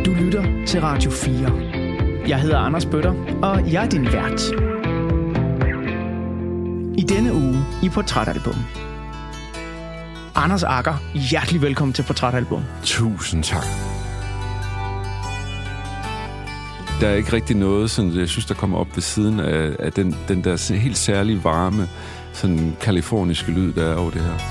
Du lytter til Radio 4. Jeg hedder Anders Bøtter, og jeg er din vært. I denne uge i Portrætalbum. Anders Agger, hjertelig velkommen til Portrætalbum. Tusind tak. Der er ikke rigtig noget, sådan, jeg synes, der kommer op ved siden af den der helt særlige varme, sådan kaliforniske lyd, der er over det her.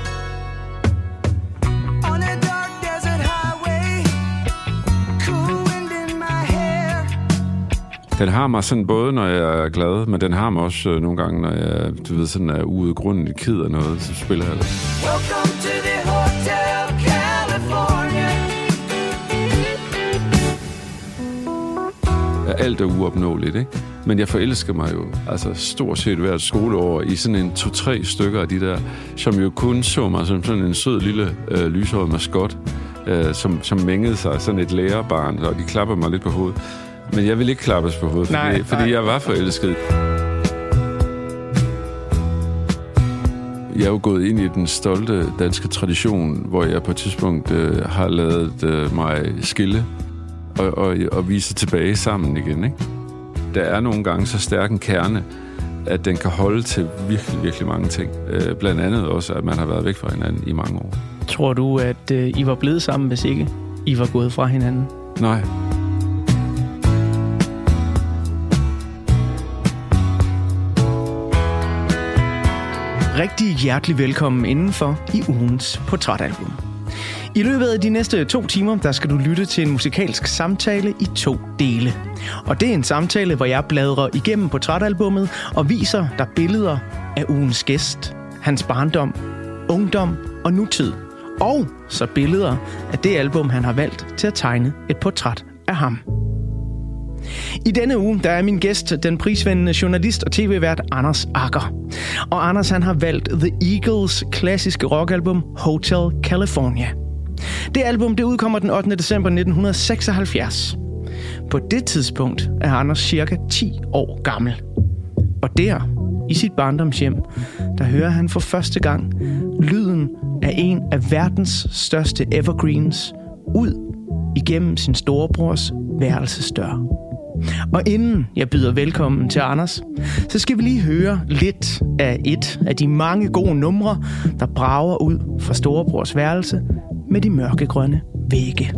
Den har mig sådan både, når jeg er glad, men den har mig også nogle gange, når jeg, du ved, sådan er uudgrundeligt ked af noget, så spiller jeg det. Welcome to the Hotel California. Alt er uopnåeligt, ikke? Men jeg forelsker mig jo altså stort set hvert skoleår i sådan en 2-3 stykker af de der, som jo kun så mig som sådan en sød lille lyshåret maskot, som mængede sig, sådan et lærerbarn, og de klapper mig lidt på hovedet. Men jeg vil ikke klappes på hovedet, fordi jeg var forelsket. Jeg er jo gået ind i den stolte danske tradition, hvor jeg på et tidspunkt har ladet mig skille og vise tilbage sammen igen, ikke? Der er nogle gange så stærk en kerne, at den kan holde til virkelig, virkelig mange ting. Blandt andet også, at man har været væk fra hinanden i mange år. Tror du, at I var blevet sammen, hvis ikke I var gået fra hinanden? Nej. Rigtig hjertelig velkommen indenfor i ugens Portrætalbum. I løbet af de næste 2 timer, der skal du lytte til en musikalsk samtale i 2 dele. Og det er en samtale, hvor jeg bladrer igennem portrætalbummet og viser dig billeder af ugens gæst, hans barndom, ungdom og nutid. Og så billeder af det album, han har valgt til at tegne et portræt af ham. I denne uge, der er min gæst den prisvindende journalist og tv-vært Anders Agger. Og Anders, han har valgt The Eagles klassiske rockalbum Hotel California. Det album, det udkommer den 8. december 1976. På det tidspunkt er Anders cirka 10 år gammel. Og der, i sit barndomshjem, der hører han for første gang lyden af en af verdens største evergreens ud igennem sin storebrors værelsesdør. Og inden jeg byder velkommen til Anders, så skal vi lige høre lidt af et af de mange gode numre, der brager ud fra storebrors værelse med de mørkegrønne vægge.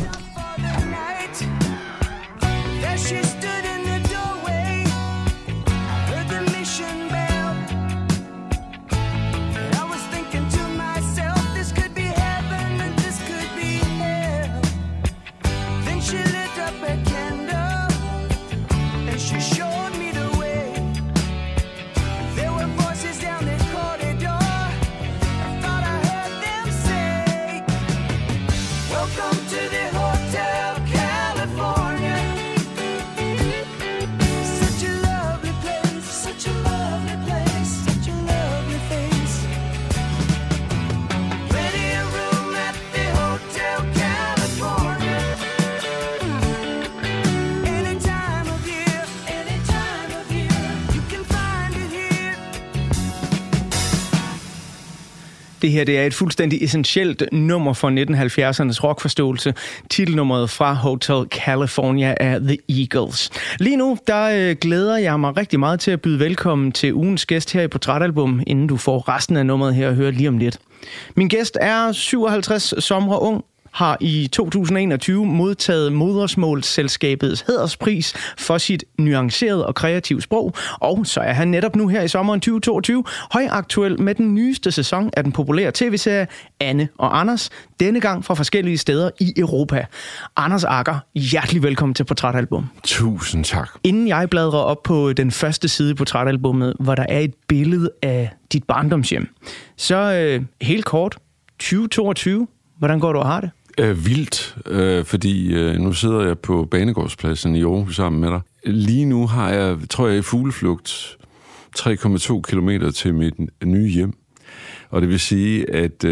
Det her, det er et fuldstændig essentielt nummer for 1970'ernes rockforståelse. Titelnummeret fra Hotel California af The Eagles. Lige nu, der glæder jeg mig rigtig meget til at byde velkommen til ugens gæst her i Portrætalbum, inden du får resten af nummeret her at høre lige om lidt. Min gæst er 57 somre ung, har i 2021 modtaget Modersmålsselskabets hæderspris for sit nuancerede og kreative sprog, og så er han netop nu her i sommeren 2022 højaktuel med den nyeste sæson af den populære tv-serie Anne og Anders, denne gang fra forskellige steder i Europa. Anders Agger, hjertelig velkommen til Portrætalbum. Tusind tak. Inden jeg bladrer op på den første side i Portrætalbummet, hvor der er et billede af dit barndomshjem, så helt kort, 2022, hvordan går du og har det? Vildt, fordi nu sidder jeg på Banegårdspladsen i Aarhus sammen med dig. Lige nu har jeg, tror jeg, i fugleflugt 3,2 kilometer til mit nye hjem. Og det vil sige, at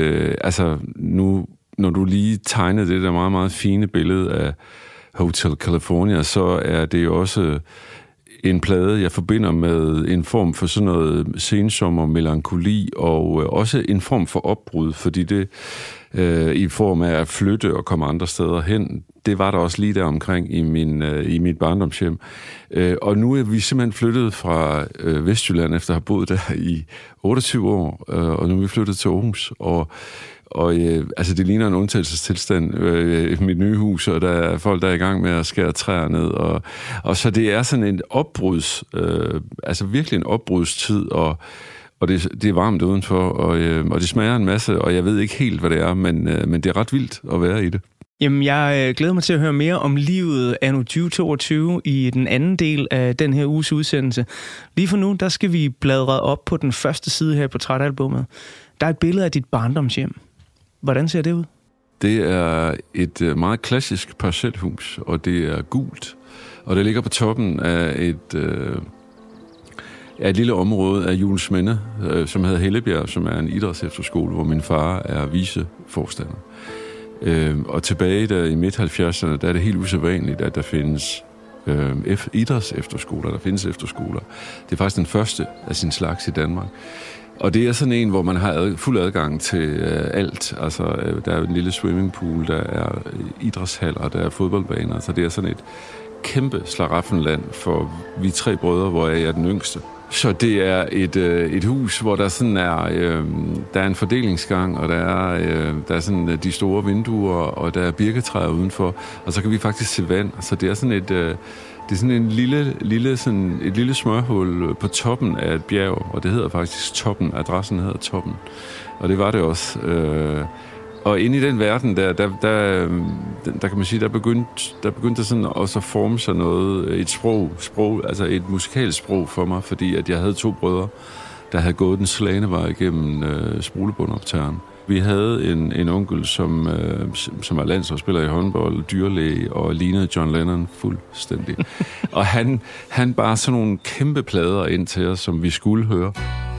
nu, når du lige tegnede det der meget, meget fine billede af Hotel California, så er det jo også en plade, jeg forbinder med en form for sådan noget sensommer, melankoli, og også en form for opbrud, fordi det i form af at flytte og komme andre steder hen, Det var der også lige der omkring i mit barndomshjem. Og nu er vi simpelthen flyttet fra Vestjylland, efter at have boet der i 28 år, og nu er vi flyttet til Aarhus. Og altså, det ligner en undtagelsestilstand i mit nye hus, og der er folk, der er i gang med at skære træer ned. Og så det er sådan en altså virkelig en opbrudstid, og det er varmt udenfor, og det smager en masse, og jeg ved ikke helt, hvad det er, men det er ret vildt at være i det. Jamen, jeg glæder mig til at høre mere om livet anno 2022 i den anden del af den her uges udsendelse. Lige for nu, der skal vi bladre op på den første side her på portrætalbummet. Der er et billede af dit barndomshjem. Hvordan ser det ud? Det er et meget klassisk parcelhus, og det er gult. Og det ligger på toppen af et lille område af Juelsminde, som hedder Hellebjerg, som er en idrætsefterskole, hvor min far er viceforstander. Og tilbage der i midt-70'erne, der er det helt usædvanligt, at der findes idrætsefterskoler. Der findes efterskoler. Det er faktisk den første af sin slags i Danmark. Og det er sådan en, hvor man har fuld adgang til alt. Altså, der er en lille swimmingpool, der er idrætshaller, der er fodboldbaner. Så det er sådan et kæmpe slaraffenland for vi 3 brødre, hvor jeg er den yngste. Så det er et hus, hvor der sådan der er en fordelingsgang, og der er sådan de store vinduer, og der er birketræer udenfor, og så kan vi faktisk se vand. Så det er sådan et lille smørhul på toppen af et bjerg, og det hedder faktisk Toppen. Adressen hedder Toppen, og det var det også. Og inde i den verden, der kan man sige, der begyndte sådan også at forme sig noget, et sprog, altså et musikalsk sprog for mig, fordi at jeg havde 2 brødre, der havde gået den slagne vej igennem Sprulebundoptageren. Vi havde en onkel, som var landsholdsspiller i håndbold, dyrlæge og lignede John Lennon fuldstændig. Og han bar sådan nogle kæmpe plader ind til os, som vi skulle høre.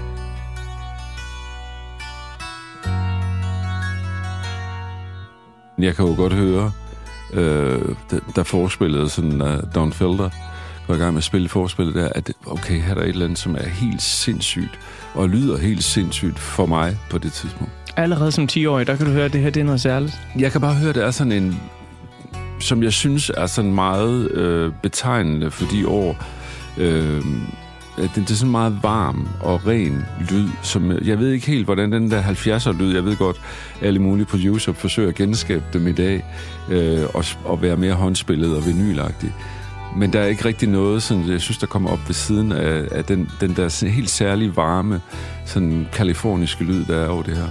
Jeg kan jo godt høre, der forspillede sådan, Don Felder går i gang med at spille forspillet der, at okay, her er der et eller andet, som er helt sindssygt, og lyder helt sindssygt for mig på det tidspunkt. Allerede som 10-årig, der kan du høre, at det her det er noget særligt? Jeg kan bare høre, at det er sådan en, som jeg synes er sådan meget betegnende for de år. Det er sådan meget varm og ren lyd, som jeg ved ikke helt, hvordan den der 70'er lyd, jeg ved godt, alle mulige producer forsøger at genskabe dem i dag, og være mere håndspillet og vinylagtig. Men der er ikke rigtig noget, sådan, jeg synes, der kommer op ved siden af den der helt særlig varme, sådan kaliforniske lyd, der er over det her.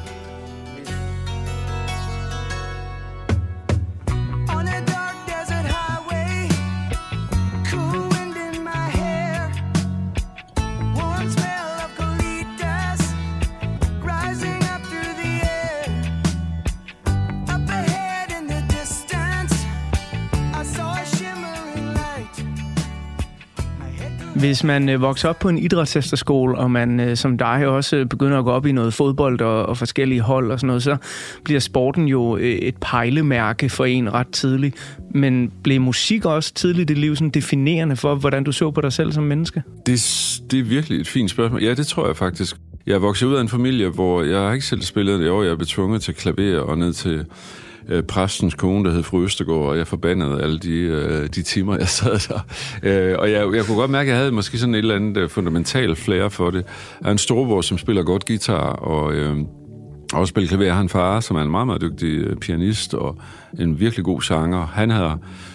Hvis man vokser op på en idrætsefterskole, og man som dig også begynder at gå op i noget fodbold og forskellige hold og sådan noget, så bliver sporten jo et pejlemærke for en ret tidligt. Men blev musik også tidligt i livet sådan definerende for, hvordan du så på dig selv som menneske? Det er virkelig et fint spørgsmål. Ja, det tror jeg faktisk. Jeg er vokset ud af en familie, hvor jeg ikke selv spillet det år. Jeg blev tvunget til klaver og ned til præstens kone, der hed fru Østergaard, og jeg forbandede alle de timer, jeg sad der. Og jeg kunne godt mærke, at jeg havde måske sådan et eller andet fundamentalt flair for det. Jeg er en storebror, som spiller godt guitar, og også spiller klaver. Jeg har en far, som er en meget, meget dygtig pianist, og en virkelig god sanger. Han har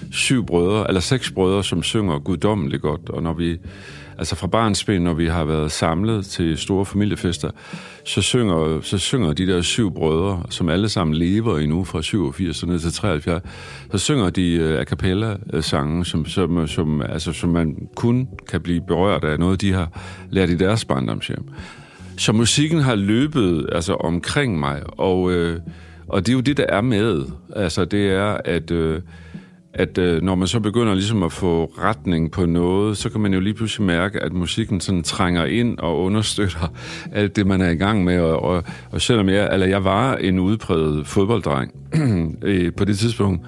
6 brødre, som synger guddommeligt godt, og når vi altså fra barnsben, når vi har været samlet til store familiefester, så synger de der 7 brødre, som alle sammen lever endnu fra 87 og ned til 73, så synger de a cappella-sange, som man kun kan blive berørt af noget, de har lært i deres barndomshjem. Så musikken har løbet altså omkring mig, og det er jo det, der er med. Altså det er, at når man så begynder ligesom at få retning på noget, så kan man jo lige pludselig mærke, at musikken sådan trænger ind og understøtter alt det, man er i gang med. Og selvom jeg var en udpræget fodbolddreng på det tidspunkt,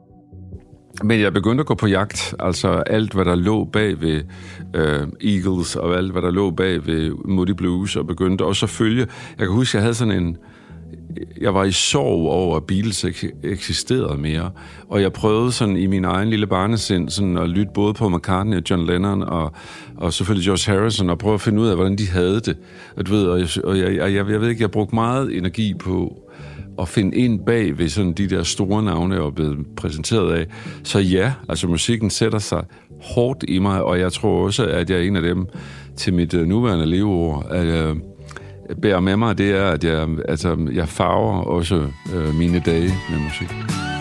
men jeg begyndte at gå på jagt, altså alt, hvad der lå bag ved Eagles, og alt, hvad der lå bag ved Moody Blues, og begyndte også at følge. Jeg kan huske, jeg havde sådan jeg var i sorg over, at Beatles eksisterede mere. Og jeg prøvede sådan i min egen lille barnesind sådan at lytte både på McCartney og John Lennon og selvfølgelig George Harrison og prøve at finde ud af, hvordan de havde det. Og du ved, jeg ved ikke, jeg brugte meget energi på at finde ind bag ved sådan de der store navne, jeg var blevet præsenteret af. Så ja, altså musikken sætter sig hårdt i mig, og jeg tror også, at jeg er en af dem til mit nuværende leveår, at bærer med mig, det er, at jeg farver også mine dage med musik.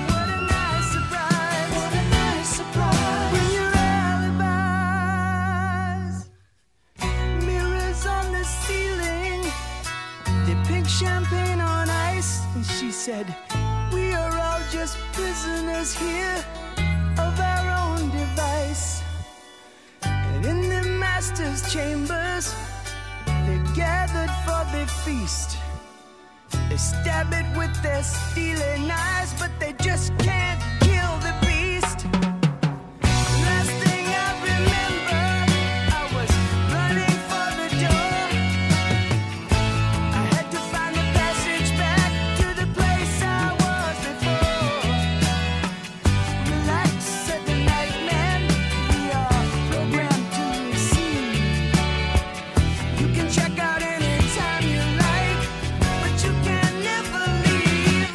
Said, we are all just prisoners here of our own device. And in the master's chambers, they're gathered for the feast. They stab it with their stealing eyes, but they just can't kill the beast. Last thing I remember, I was running for the door. I had to find the passage back to the place I was before. Relax, said the night man, we are programmed to receive. You can check out anytime you like, but you can never leave.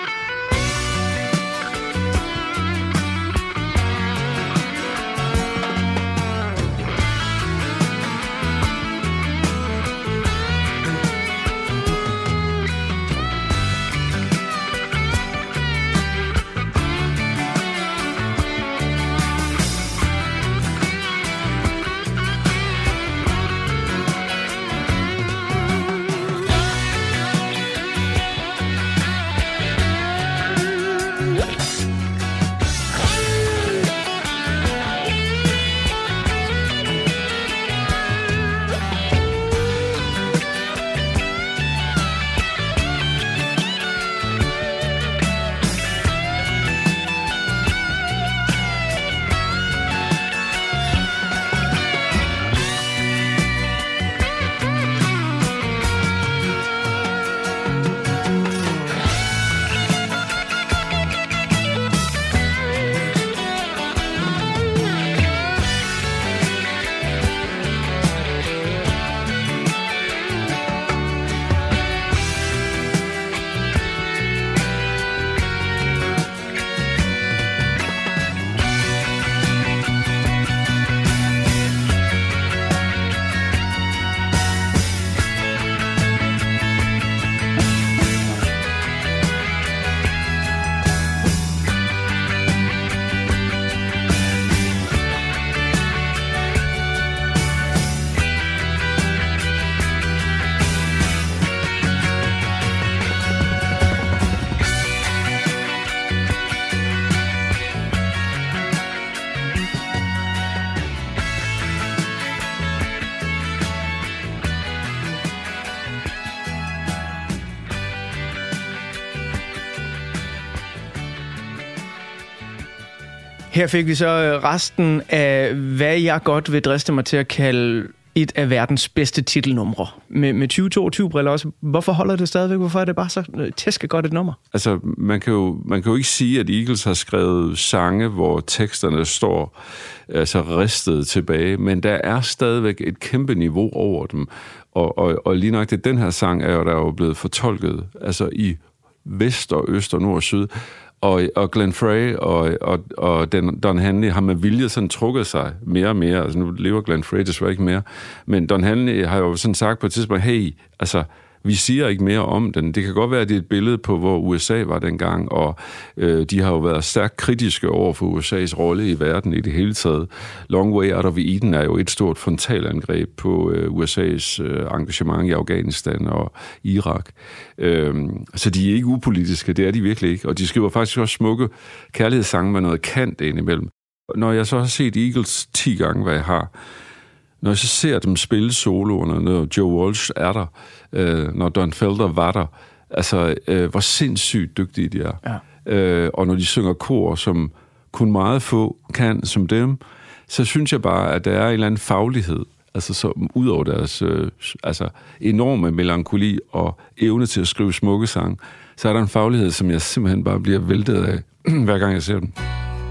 Her fik vi så resten af, hvad jeg godt vil driste mig til at kalde et af verdens bedste titelnumre. Med 2022-briller også. Hvorfor holder det stadigvæk? Hvorfor er det bare så tæskegodt et nummer? Altså, man kan jo ikke sige, at Eagles har skrevet sange, hvor teksterne står altså ristet tilbage, men der er stadigvæk et kæmpe niveau over dem. Og lige nok det, den her sang er jo der jo blevet fortolket altså i vest og øst og nord og syd. Og Glenn Frey og Don Henley har med vilje sådan trukket sig mere og mere. Altså nu lever Glenn Frey desværre ikke mere. Men Don Henley har jo sådan sagt på et tidspunkt, hey, altså vi siger ikke mere om den. Det kan godt være, at det er et billede på, hvor USA var dengang, og de har jo været stærkt kritiske over for USA's rolle i verden i det hele taget. Long Way Out of Eden er jo et stort frontalangreb på USA's engagement i Afghanistan og Irak. Så de er ikke upolitiske, det er de virkelig ikke. Og de skriver faktisk også smukke kærlighedssange med noget kant indimellem. Når jeg så har set Eagles 10 gange, hvad jeg har, når jeg så ser dem spille soloerne, når Joe Walsh er der, når Don Felder var der, altså hvor sindssygt dygtige de er. Ja. Og når de synger kor, som kun meget få kan som dem, så synes jeg bare, at der er en eller anden faglighed. Altså så ud over deres enorme melankoli og evne til at skrive smukke sange, så er der en faglighed, som jeg simpelthen bare bliver væltet af, hver gang jeg ser den.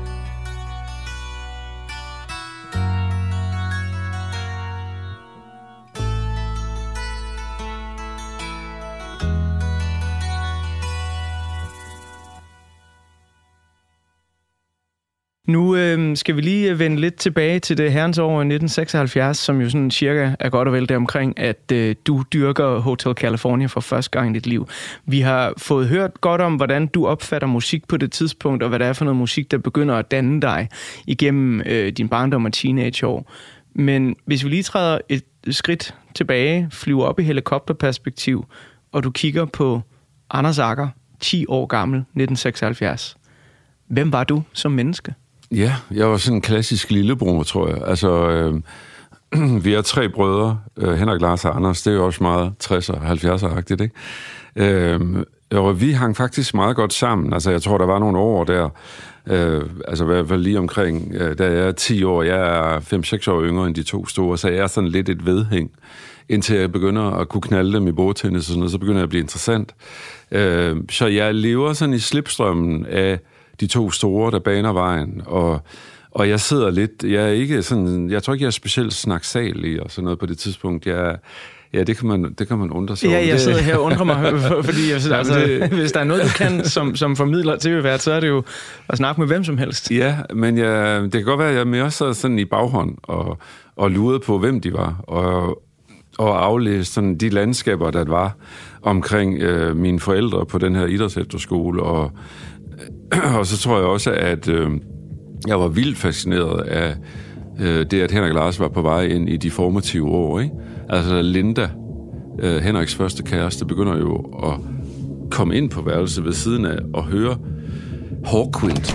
Nu skal vi lige vende lidt tilbage til det herrens år 1976, som jo sådan cirka er godt og vel deromkring, at du dyrker Hotel California for første gang i dit liv. Vi har fået hørt godt om, hvordan du opfatter musik på det tidspunkt, og hvad det er for noget musik, der begynder at danne dig igennem din barndom og teenageår. Men hvis vi lige træder et skridt tilbage, flyver op i helikopterperspektiv, og du kigger på Anders Agger, 10 år gammel, 1976. Hvem var du som menneske? Ja, jeg var sådan en klassisk lillebror, tror jeg. Altså, vi er 3 brødre, Henrik, Lars og Anders. Det er jo også meget 60'er, 70'er-agtigt, ikke? Og vi hang faktisk meget godt sammen. Altså, jeg tror, der var nogle år der, altså i hvert fald lige omkring, da jeg er 10 år, jeg er 5-6 år yngre end de 2 store, så jeg er sådan lidt et vedhæng, indtil jeg begynder at kunne knalde dem i bordtennis og sådan noget, så begynder jeg at blive interessant. Så jeg lever sådan i slipstrømmen af de 2 store, der baner vejen, og jeg sidder lidt, jeg er ikke sådan, jeg tror ikke, jeg er specielt snaksalig og sådan noget på det tidspunkt. Ja, det kan man undre sig over. Ja, jeg sidder her og undrer mig, fordi hvis der er noget, du kan som formidler tv-vært, så er det jo at snakke med hvem som helst. Ja, men det kan godt være, at jeg mere så sådan i baghånd og lurede på, hvem de var, og aflæste sådan de landskaber, der var omkring mine forældre på den her idrætsefterskole, og så tror jeg også, at jeg var vildt fascineret af det, at Henrik Lars var på vej ind i de formative år, ikke? Altså Linda, Henriks første kæreste, begynder jo at komme ind på værelset ved siden af og høre Hawkwind.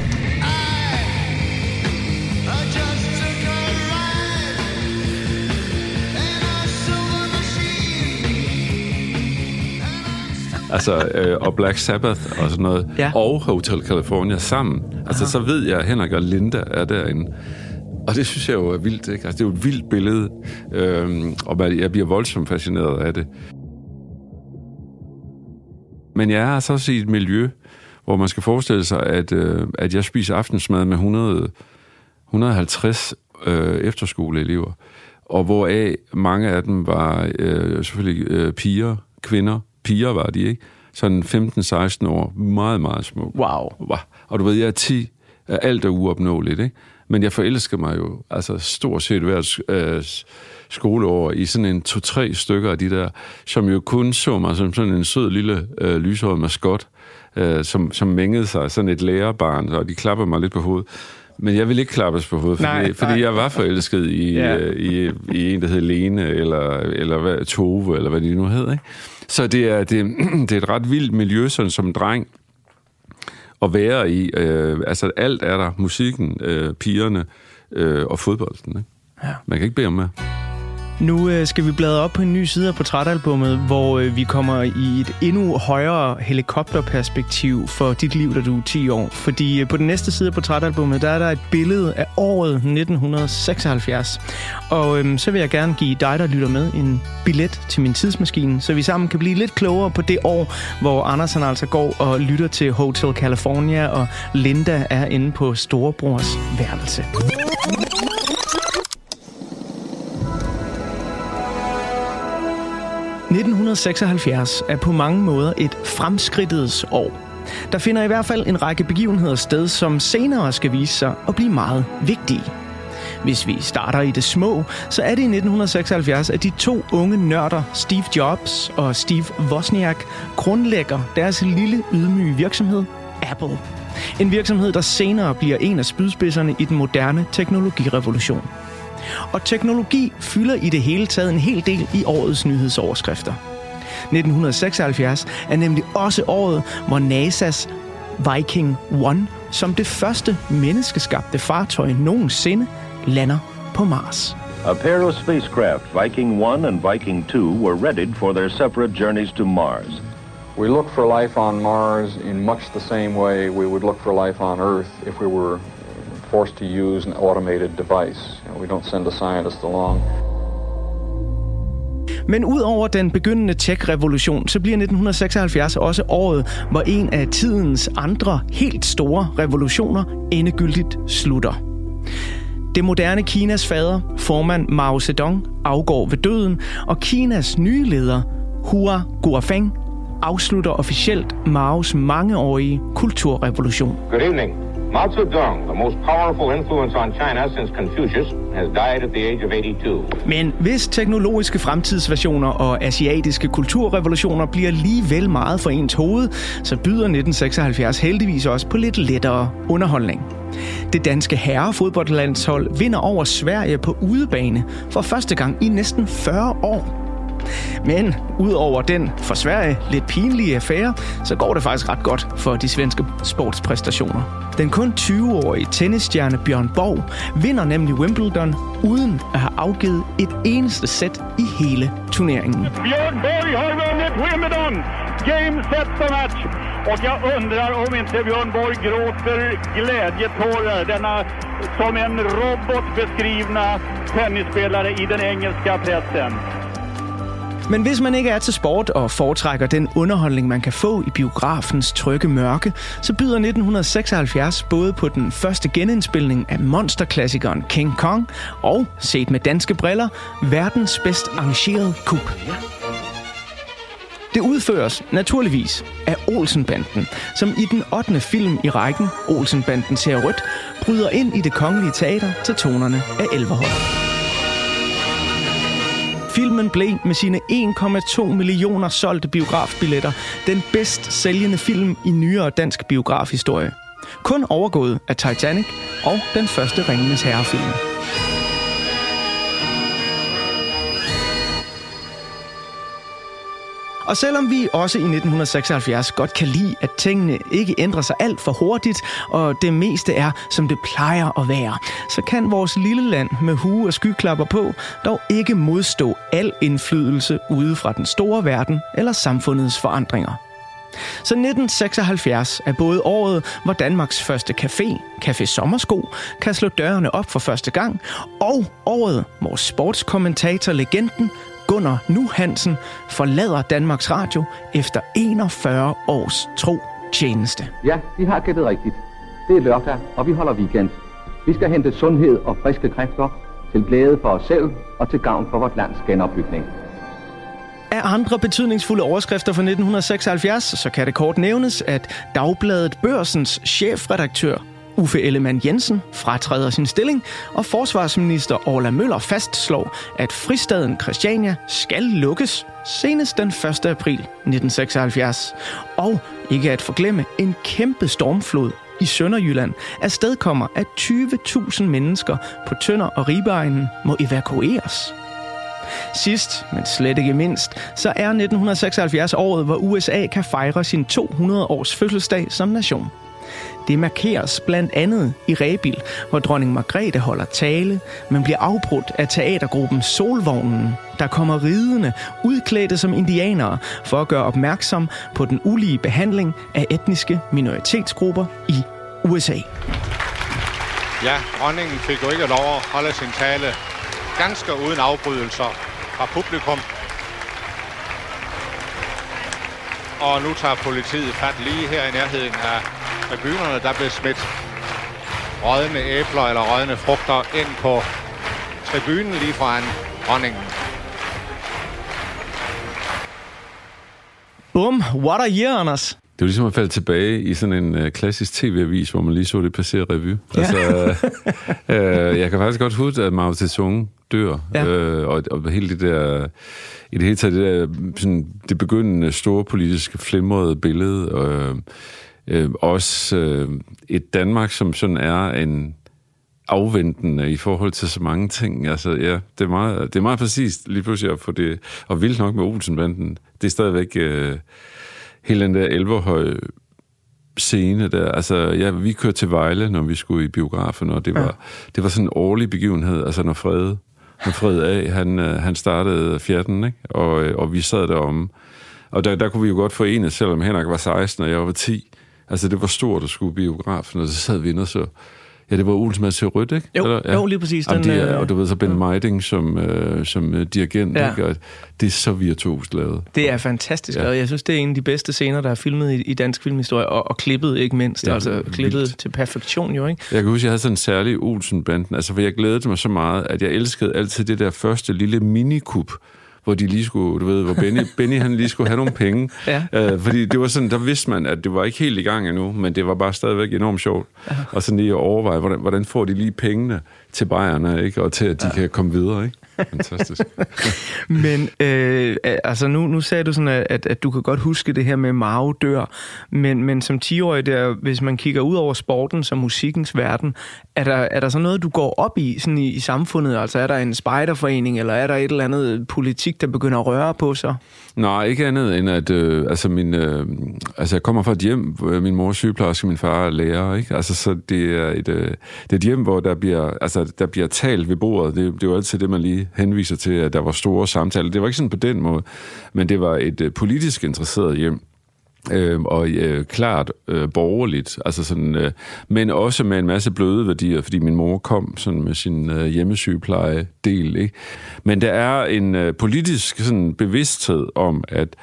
Altså, og Black Sabbath og sådan noget, ja. Og Hotel California sammen. Altså, så ved jeg, at Henrik og Linda er derinde. Og det synes jeg jo er vildt, ikke? Altså, det er jo et vildt billede, og jeg bliver voldsomt fascineret af det. Men jeg er altså også i et miljø, hvor man skal forestille sig, at jeg spiser aftensmad med 150 efterskoleelever, og hvoraf mange af dem var selvfølgelig kvinder. Piger var de, ikke? Sådan 15-16 år. Meget, meget små. Wow. Og du ved, jeg er 10. Alt er uopnåeligt, ikke? Men jeg forelsker mig jo, altså stort set hvert skoleår i sådan en 2-3 stykker af de der, som jo kun så mig som sådan en sød lille lyshåret maskot, som mængede sig, sådan et lærerbarn, og de klapper mig lidt på hovedet. Men jeg vil ikke klappes på hovedet, fordi jeg var forelsket i en, der hed Lene, eller Tove, eller hvad de nu hed, ikke? Så det er et ret vildt miljø, sådan som dreng, at være i. Altså alt er der. Musikken, pigerne og fodbolden, ikke? Ja. Man kan ikke bede om mere. Nu skal vi bladre op på en ny side af portrætalbummet, hvor vi kommer i et endnu højere helikopterperspektiv for dit liv, da du er 10 år. Fordi på den næste side af portrætalbummet, der er der et billede af året 1976. Og så vil jeg gerne give dig, der lytter med, en billet til min tidsmaskine, så vi sammen kan blive lidt klogere på det år, hvor Anders han altså går og lytter til Hotel California, og Linda er inde på storebrors værelse. 1976 er på mange måder et fremskridtets år. Der finder i hvert fald en række begivenheder sted, som senere skal vise sig at blive meget vigtige. Hvis vi starter i det små, så er det i 1976, at de 2 unge nørder, Steve Jobs og Steve Wozniak, grundlægger deres lille ydmyge virksomhed, Apple. En virksomhed, der senere bliver en af spydspidserne i den moderne teknologirevolution. Og teknologi fylder i det hele taget en hel del i årets nyhedsoverskrifter. 1976 er nemlig også året, hvor NASA's Viking 1 som det første menneskeskabte fartøj nogensinde lander på Mars. A pair of spacecraft, Viking 1 and Viking 2, were readied for their separate journeys to Mars. We look for life on Mars in much the same way we would look for life on Earth if we were forced to use an automated device. We don't send a scientist along. Men ud over den begyndende tech-revolution, så bliver 1976 også året, hvor en af tidens andre helt store revolutioner endegyldigt slutter. Det moderne Kinas fader, formand Mao Zedong, afgår ved døden, og Kinas nye leder, Hua Guofeng, afslutter officielt Maos mangeårige kulturrevolution. Good evening. Mao Zedong, the most powerful influence on China since Confucius, has died at the age of 82. Men hvis teknologiske fremtidsversioner og asiatiske kulturrevolutioner bliver alligevel meget for ens hoved, så byder 1976 heldigvis også på lidt lettere underholdning. Det danske herrefodboldlandshold vinder over Sverige på udebane for første gang i næsten 40 år. Men udover den for Sverige lidt pinlige affære, så går det faktisk ret godt for de svenske sportspræstationer. Den kun 20-årige tennisstjerne Bjørn Borg vinder nemlig Wimbledon uden at have afgivet et eneste sæt i hele turneringen. Björn Borg har vunnit Wimbledon! Game, set och match! Och jag undrar om inte Björn Borg gråter glädjetårar, denna som en robot beskrivna tennisspelare i den engelska pressen. Men hvis man ikke er til sport og foretrækker den underholdning, man kan få i biografens trygge mørke, så byder 1976 både på den første genindspilning af monsterklassikeren King Kong og, set med danske briller, verdens bedst arrangerede kup. Det udføres naturligvis af Olsen-banden, som i den 8. film i rækken, Olsen-banden ser rødt, bryder ind i Det Kongelige Teater til tonerne af Elverhold. Filmen blev med sine 1,2 millioner solgte biografbilletter den bedst sælgende film i nyere dansk biografhistorie. Kun overgået af Titanic og den første Ringenes Herre-film. Og selvom vi også i 1976 godt kan lide, at tingene ikke ændrer sig alt for hurtigt, og det meste er, som det plejer at være, så kan vores lille land med hue og skyklapper på dog ikke modstå al indflydelse ude fra den store verden eller samfundets forandringer. Så 1976 er både året, hvor Danmarks første Café Sommersko, kan slå dørene op for første gang, og året, hvor sportskommentatorlegenden Gunnar Nu Hansen forlader Danmarks Radio efter 41 års tro tjeneste. Ja, de har gættet rigtigt. Det er lørdag, og vi holder weekend. Vi skal hente sundhed og friske kræfter til glæde for os selv og til gavn for vort lands genopbygning. Af andre betydningsfulde overskrifter fra 1976, så kan det kort nævnes, at Dagbladet Børsens chefredaktør Uffe Ellemann-Jensen fratræder sin stilling, og forsvarsminister Orla Møller fastslår, at fristaden Christiania skal lukkes senest den 1. april 1976. Og ikke at forglemme, en kæmpe stormflod i Sønderjylland afstedkommer, at 20.000 mennesker på Tønder og Ribeegnen må evakueres. Sidst, men slet ikke mindst, så er 1976 året, hvor USA kan fejre sin 200-års fødselsdag som nation. Det markeres blandt andet i Rebild, hvor dronning Margrethe holder tale, men bliver afbrudt af teatergruppen Solvognen, der kommer ridende, udklædte som indianere, for at gøre opmærksom på den ulige behandling af etniske minoritetsgrupper i USA. Ja, dronningen fik jo ikke lov at holde sin tale ganske uden afbrydelser fra publikum. Og nu tager politiet fat lige her i nærheden af tribunerne, der blev smidt rådne æbler eller rådne frugter ind på tribunen lige foran dronningen. Bum, what a year, Anders. Det var ligesom at falde tilbage i sådan en klassisk tv-avis, hvor man lige så det passere revy. Ja. Altså, jeg kan faktisk godt huske, at Mao Zedong dør, ja. Og hele det der, i det hele taget det der, sådan, det begyndende store politiske flimrede billede, også et Danmark, som sådan er en afventende i forhold til så mange ting. Altså, ja, det er meget præcist lige pludselig at få det, og vildt nok med Olsen-banden. Det er stadigvæk hele den der Elverhøj scene der. Altså, ja, vi kørte til Vejle, når vi skulle i biografen, og det var sådan en årlig begivenhed, altså når Fred A, han startede fjerten, ikke? Og vi sad deromme. Og der kunne vi jo godt forene, selvom Henrik var 16, og jeg var 10. Altså, det var stort at skulle biografen, og så sad vi inde og så... Ja, det var Olsen til rødt, ikke? Jo, eller? Ja. Jo, lige præcis. Og du ved så Ben Meiding som dirigent, ja. Ikke? Og det er så virtuost lavet. Det er fantastisk lavet. Jeg synes, det er en af de bedste scener, der er filmet i dansk filmhistorie, og klippet ikke mindst. Ja, altså klippet vildt. Til perfektion jo, ikke? Jeg kan huske, jeg havde sådan en særlig Olsen-banden, altså for jeg glædede mig så meget, at jeg elskede altid det der første lille minikup, hvor de lige skulle, du ved, hvor Benny han lige skulle have nogle penge. Ja. Fordi det var sådan, der vidste man, at det var ikke helt i gang endnu, men det var bare stadigvæk enormt sjovt. Ja. Og sådan lige at overveje, hvordan får de lige pengene til bajerne, ikke? Og til, at de kan komme videre, ikke? Fantastisk. Men altså nu sagde du sådan, at du kan godt huske det her med Mao dør, men som 10-årig der, hvis man kigger ud over sporten som musikkens verden, er der så noget, du går op i sådan i samfundet? Altså er der en spejderforening, eller er der et eller andet politik, der begynder at røre på sig? Nej, ikke andet end at jeg kommer fra et hjem, min mor er sygeplejerske, min far er lærer, ikke? Altså så det er et hjem, hvor der bliver talt ved bordet. Det er jo altid det, man lige henviser til, at der var store samtaler. Det var ikke sådan på den måde, men det var et politisk interesseret hjem. Og klart borgerligt, altså sådan, men også med en masse bløde værdier, fordi min mor kom sådan med sin hjemmesygepleje-del, ikke? Men der er en politisk sådan bevidsthed om, at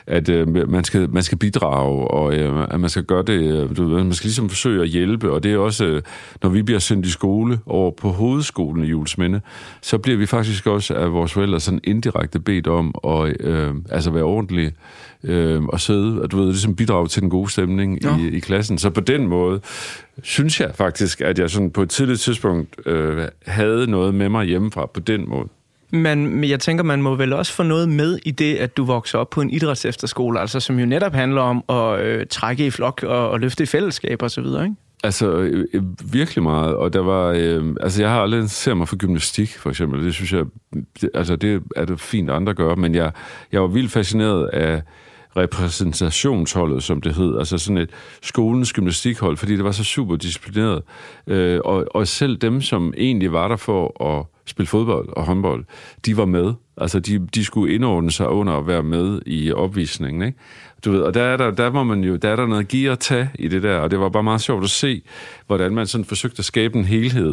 man skal bidrage, og at man skal gøre det, man skal ligesom forsøge at hjælpe, og det er også, når vi bliver sendt i skole over på hovedskolen i Juelsminde, så bliver vi faktisk også af vores forældre sådan indirekte bedt om at være ordentlige og sidde, og du ved, ligesom bidrage til den gode stemning i klassen. Så på den måde synes jeg faktisk, at jeg sådan på et tidligt tidspunkt havde noget med mig hjemmefra på den måde. Men jeg tænker, man må vel også få noget med i det, at du vokser op på en idrætsefterskole, altså som jo netop handler om at trække i flok og løfte i fællesskab og så videre, ikke? Altså, virkelig meget. Og der var... jeg har aldrig set mig for gymnastik, for eksempel. Det synes jeg... det er det fint, andre gør. Men jeg var vildt fascineret af repræsentationsholdet, som det hed. Altså sådan et skolens gymnastikhold, fordi det var så super disciplineret. Og selv dem, som egentlig var der for at spille fodbold og håndbold, de var med. Altså, de skulle indordne sig under at være med i opvisningen, ikke? Du ved, og der er der noget give og tage i det der, og det var bare meget sjovt at se, hvordan man sådan forsøgte at skabe en helhed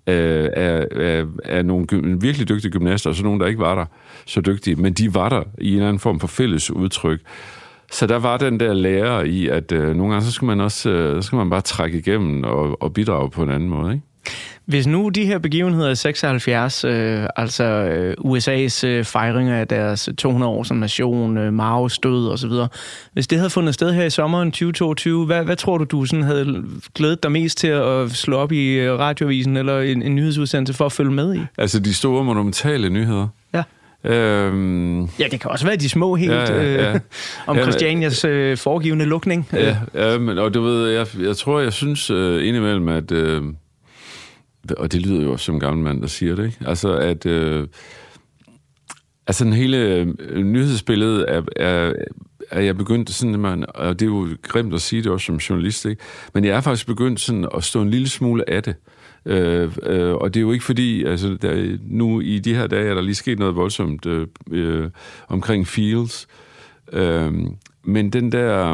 af nogle virkelig dygtige gymnaster, og så nogle, der ikke var der så dygtige, men de var der i en eller anden form for fælles udtryk. Så der var den der lærer i, at nogle gange, så skal man bare trække igennem og bidrage på en anden måde, ikke? Hvis nu de her begivenheder i 76, USA's fejringer af deres 200 år som nation, Maos død og så videre, hvis det havde fundet sted her i sommeren 2022, hvad tror du sådan havde glædet dig mest til at slå op i radioavisen eller en nyhedsudsendelse for at følge med i? Altså de store monumentale nyheder? Ja. Ja, det kan også være de små helt om Christianias foregivende lukning. Ja, men og du ved, jeg synes indimellem, at og det lyder jo også som en gammel mand, der siger det, ikke? Altså, at den hele nyhedsbillede er jeg begyndt sådan, og det er jo grimt at sige det også som journalist, ikke? Men jeg er faktisk begyndt sådan at stå en lille smule af det. Og det er jo ikke fordi, altså nu i de her dage er der lige sket noget voldsomt omkring Fields. Men den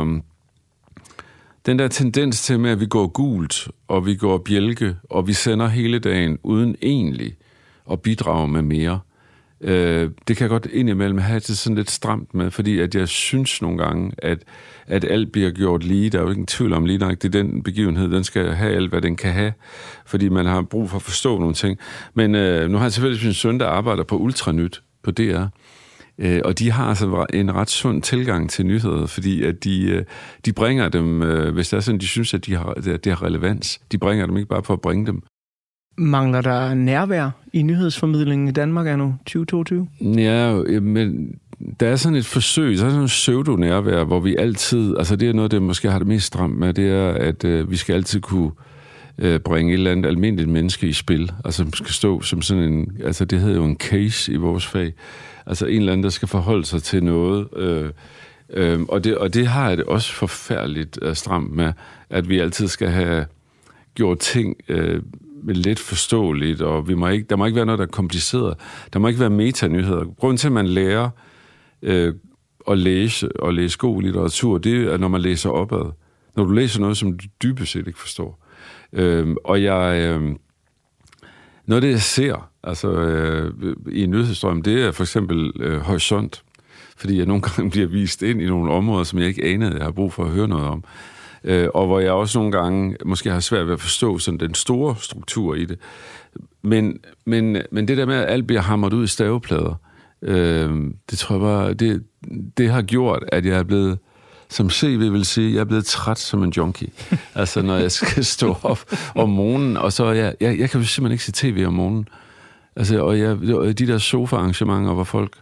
der tendens til med, at vi går gult, og vi går bjælke, og vi sender hele dagen uden egentlig at bidrage med mere, det kan jeg godt indimellem have det sådan lidt stramt med, fordi at jeg synes nogle gange, at alt bliver gjort lige. Der er jo ikke en tvivl om lige nok, det er den begivenhed, den skal have alt, hvad den kan have, fordi man har brug for at forstå nogle ting. Men nu har jeg selvfølgelig min søn, der arbejder på Ultranyt på DR, og de har altså en ret sund tilgang til nyheder, fordi at de bringer dem, hvis det er sådan, de synes, at det har relevans. De bringer dem ikke bare for at bringe dem. Mangler der nærvær i nyhedsformidlingen i Danmark er nu 2022? Ja, men der er sådan et forsøg, så er sådan en pseudo-nærvær, hvor vi altid, altså det er noget, det måske har det mest stramt med, det er, at vi skal altid kunne bringe et eller andet almindeligt menneske i spil, altså som skal stå som sådan en, altså det hedder jo en case i vores fag, altså en eller anden, der skal forholde sig til noget, og det har jeg det også forfærdeligt stramt med, at vi altid skal have gjort ting lidt forståeligt, og der må ikke være noget, der er kompliceret. Der må ikke være metanyheder. Grunden til, at man lærer at læse god litteratur, det er, når man læser opad. Når du læser noget, som du dybest set ikke forstår. Og jeg... noget af det, jeg ser i en nyhedsstrøm, det er for eksempel horisont. Fordi jeg nogle gange bliver vist ind i nogle områder, som jeg ikke anede, jeg har brug for at høre noget om. Og hvor jeg også nogle gange måske har svært ved at forstå sådan den store struktur i det. Men det der med, at alt bliver hamret ud i staveplader, det tror jeg bare, det har gjort, at jeg er blevet, som CV vil sige, jeg er blevet træt som en junkie. Altså, når jeg skal stå op om morgenen, og så jeg kan jo simpelthen ikke se tv om morgenen. Altså, og de der sofa-arrangementer, hvor folk...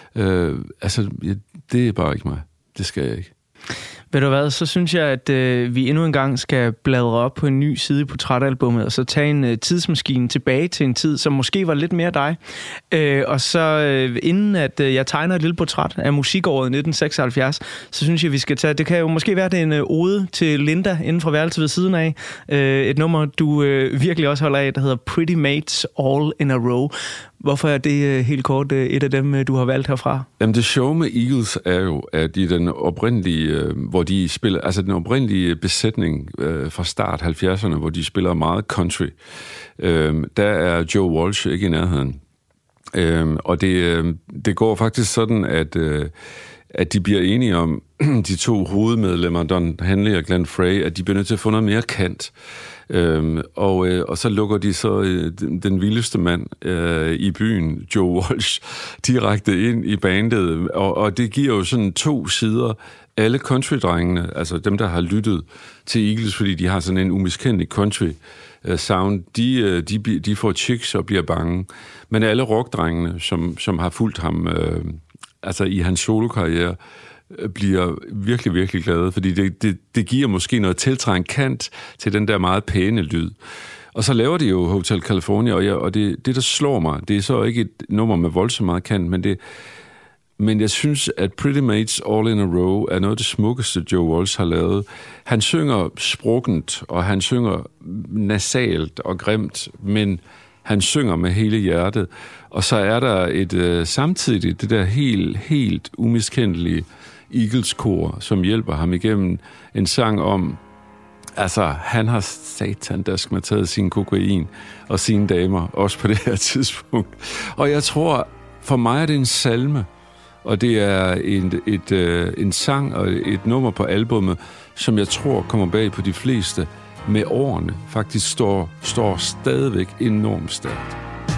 det er bare ikke mig. Det skal jeg ikke. Ved du hvad, så synes jeg, at vi endnu en gang skal bladre op på en ny side i portrætalbummet, og så tage en tidsmaskine tilbage til en tid, som måske var lidt mere dig. Og så inden at jeg tegner et lille portræt af musikåret 1976, så synes jeg, vi skal tage, det kan jo måske være, det er en ode til Linda inden fra værelset ved siden af. Et nummer, du virkelig også holder af, der hedder Pretty Mates All in a Row. Hvorfor er det helt kort et af dem, du har valgt herfra? Jamen, det sjove med Eagles er jo, at i den oprindelige, hvor de spiller, altså den oprindelige besætning fra start 70'erne, hvor de spiller meget country, der er Joe Walsh ikke i nærheden. Og det går faktisk sådan, at de bliver enige om, de to hovedmedlemmer, Don Henley og Glenn Frey, at de bliver nødt til at få noget mere kant. Og så lukker de så den vildeste mand i byen, Joe Walsh, direkte ind i bandet, og det giver jo sådan to sider. Alle country-drengene, altså dem, der har lyttet til Eagles, fordi de har sådan en umiskendelig country sound, de får chicks og bliver bange. Men alle rockdrengene, som har fulgt ham i hans solokarriere, bliver virkelig, virkelig glade, fordi det giver måske noget tiltrængt kant til den der meget pæne lyd. Og så laver de jo Hotel California, og det der slår mig, det er så ikke et nummer med voldsomt meget kant, men jeg synes, at Pretty Mates All in a Row er noget af det smukkeste, Joe Walsh har lavet. Han synger sprukkent, og han synger nasalt og grimt, men han synger med hele hjertet. Og så er der samtidig det der helt umiskendelige Eagles-kor, som hjælper ham igennem en sang om, altså, han har satandask med taget sin kokain og sine damer, også på det her tidspunkt. Og jeg tror, for mig er det en salme, og det er en sang og et nummer på albummet, som jeg tror kommer bag på de fleste med årene, faktisk står stadigvæk enormt stærkt.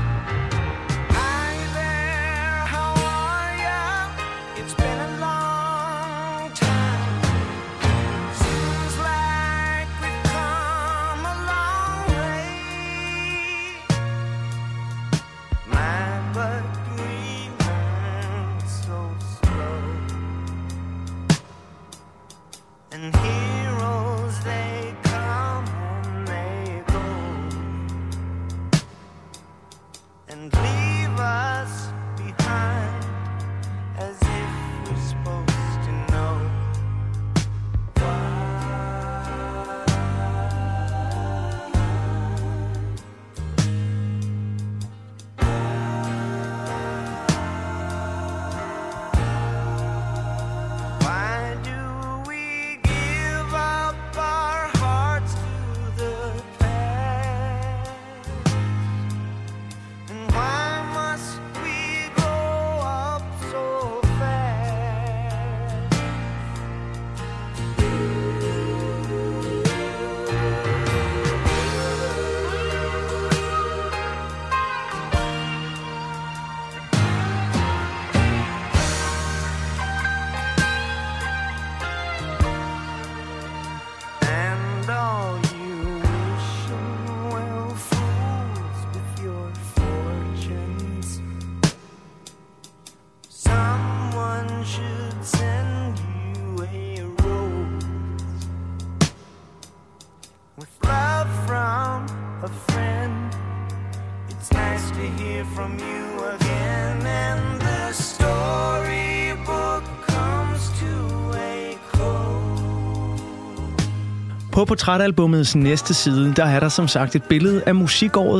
På portrætalbummets næste side, der er der som sagt et billede af musikåret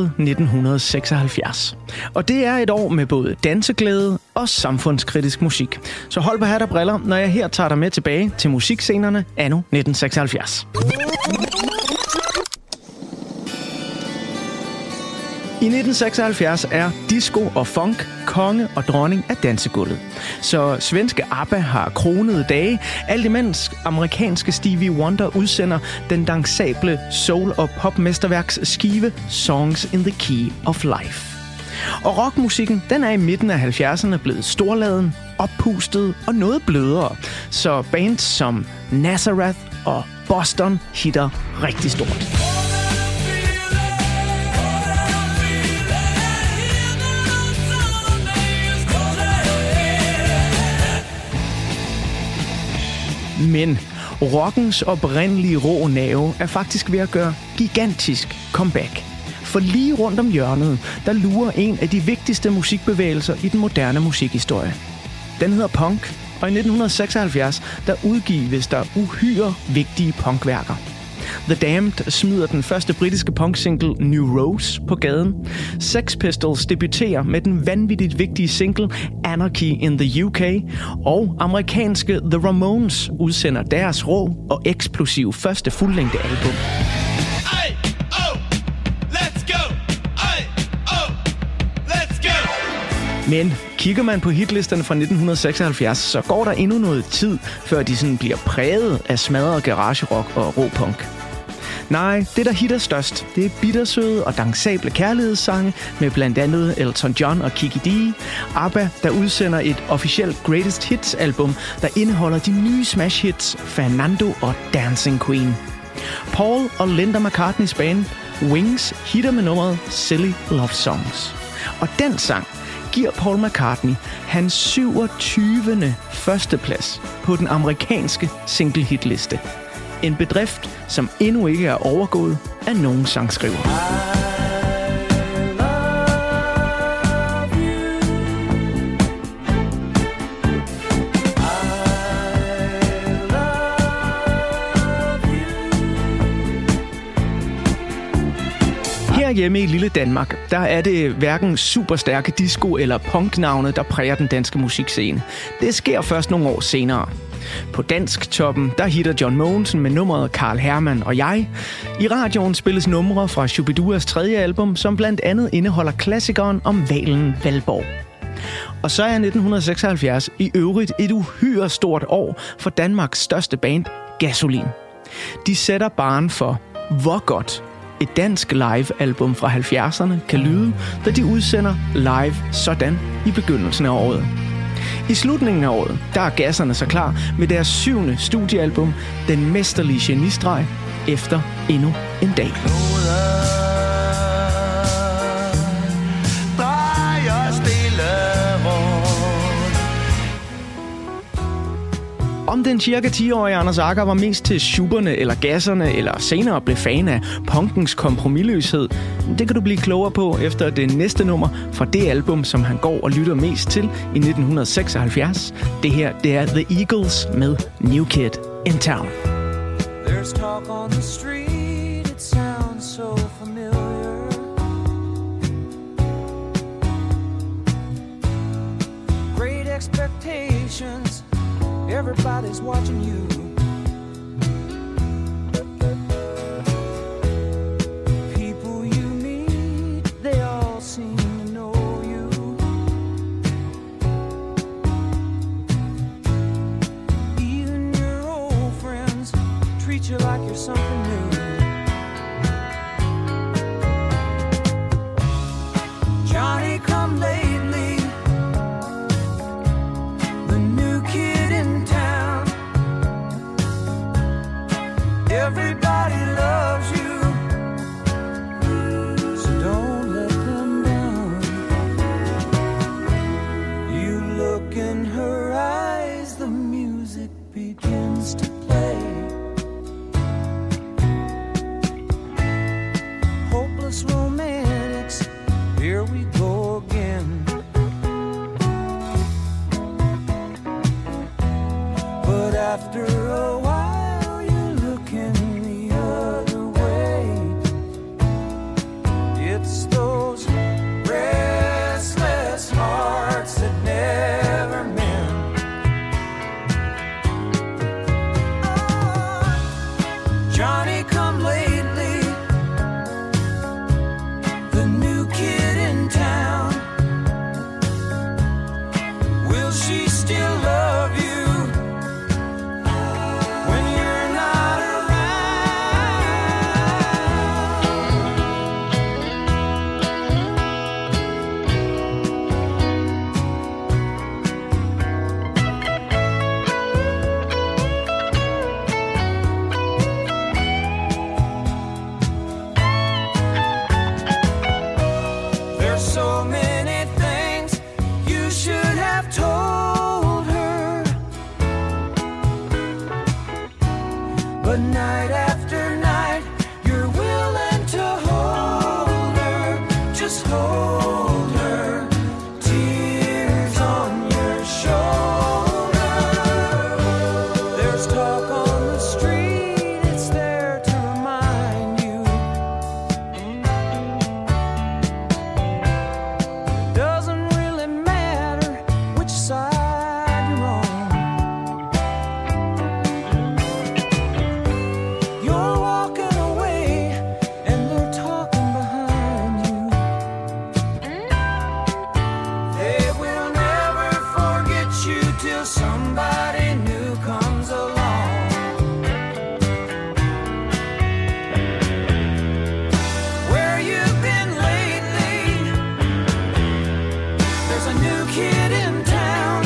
1976. Og det er et år med både danseglæde og samfundskritisk musik. Så hold på hat og briller, når jeg her tager dig med tilbage til musikscenerne anno 1976. I 1976 er disco og funk konge og dronning af dansegulvet. Så svenske ABBA har kronede dage, alt imens amerikanske Stevie Wonder udsender den dansable soul- og popmesterværks skive Songs in the Key of Life. Og rockmusikken, den er i midten af 70'erne blevet storladen, oppustet og noget blødere, så bands som Nazareth og Boston hitter rigtig stort. Men rockens oprindelige rå nerve er faktisk ved at gøre gigantisk comeback. For lige rundt om hjørnet, der lurer en af de vigtigste musikbevægelser i den moderne musikhistorie. Den hedder punk, og i 1976 der udgives der uhyre vigtige punkværker. The Damned smider den første britiske punksingle New Rose på gaden. Sex Pistols debuterer med den vanvittigt vigtige single Anarchy in the UK. Og amerikanske The Ramones udsender deres rå og eksplosive første fuldlængde album. Men kigger man på hitlisterne fra 1976, så går der endnu noget tid, før de sådan bliver præget af smadret garagerock og råpunk. Nej, det der hitter størst, det er bittersøde og dansable kærlighedssange med blandt andet Elton John og Kiki D. ABBA, der udsender et officielt Greatest Hits album, der indeholder de nye smash hits Fernando og Dancing Queen. Paul og Linda McCartneys band Wings hitter med nummeret Silly Love Songs. Og den sang giver Paul McCartney hans 27. førsteplads på den amerikanske single-hitliste. En bedrift, som endnu ikke er overgået af nogen sangskriver. Hjemme i lille Danmark, der er det hverken superstærke disco- eller punknavne, der præger den danske musikscene. Det sker først nogle år senere. På dansk toppen, der hitter John Mogensen med nummeret Karl Hermann og jeg. I radioen spilles numre fra Shubiduas tredje album, som blandt andet indeholder klassikeren om hvalen Valborg. Og så er 1976 i øvrigt et uhyre stort år for Danmarks største band, Gasolin. De sætter barren for, hvor godt et dansk live-album fra 70'erne kan lyde, da de udsender live sådan i begyndelsen af året. I slutningen af året, der er gasserne så klar med deres 7. studiealbum, Den mesterlige genistreg, efter endnu en dag. Om den cirka 10-årige Anders Agger var mest til Schuberne eller gasserne, eller senere blev fan af punkens kompromisløshed, det kan du blive klogere på efter det næste nummer fra det album, som han går og lytter mest til i 1976. Det her, det er The Eagles med New Kid in Town. There's talk on the street, it sounds so familiar. Great expectations. Everybody's watching you. People you meet, they all seem to know you. Even your old friends treat you like you're something new. Johnny come lately, the new kid in town. Everybody loves you, so don't let them down. You look in her eyes, the music begins to play. Hopeless romantics, here we go again. But after a while, you're looking the other way. It's those restless hearts that never mend. Johnny come lately, the new new kid in town. Will she still love you when you're not so many things you should have told her, but night after night you're willing to hold her, just hold her, tears on your shoulder. There's talk on the street, it's there to remind you. Doesn't really matter which side you're on. You're walking away and they're talking behind you. They will never forget you till somebody new comes along. Where you've been lately? There's a new kid in town.